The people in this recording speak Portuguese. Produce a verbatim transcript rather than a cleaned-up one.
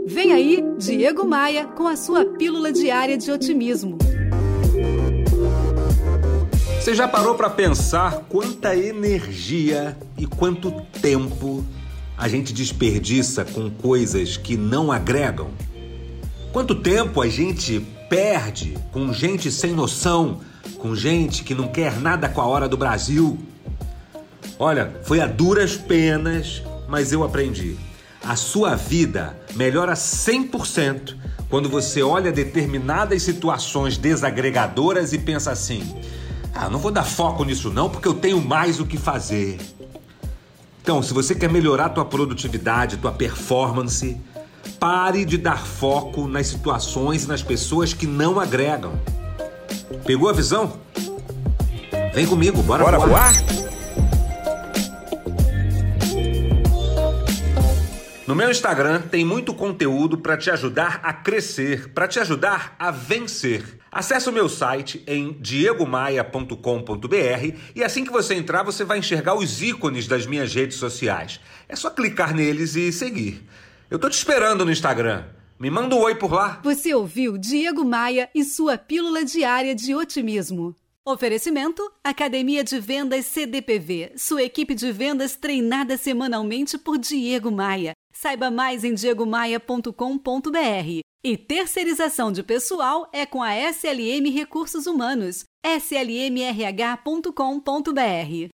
Vem aí, Diego Maia, com a sua pílula diária de otimismo. Você já parou para pensar quanta energia e quanto tempo a gente desperdiça com coisas que não agregam? Quanto tempo a gente perde com gente sem noção, com gente que não quer nada com a hora do Brasil? Olha, foi a duras penas, mas eu aprendi. A sua vida melhora cem por cento quando você olha determinadas situações desagregadoras e pensa assim: ah, não vou dar foco nisso não, porque eu tenho mais o que fazer. Então, se você quer melhorar tua produtividade, tua performance, pare de dar foco nas situações e nas pessoas que não agregam. Pegou a visão? Vem comigo, bora, bora voar. voar? No meu Instagram tem muito conteúdo para te ajudar a crescer, para te ajudar a vencer. Acesse o meu site em diego maia ponto com ponto b r e assim que você entrar, você vai enxergar os ícones das minhas redes sociais. É só clicar neles e seguir. Eu tô te esperando no Instagram. Me manda um oi por lá. Você ouviu Diego Maia e sua pílula diária de otimismo. Oferecimento: Academia de Vendas C D P V, sua equipe de vendas treinada semanalmente por Diego Maia. Saiba mais em diego maia ponto com ponto b r. E terceirização de pessoal é com a S L M Recursos Humanos, s l m r h ponto com ponto b r.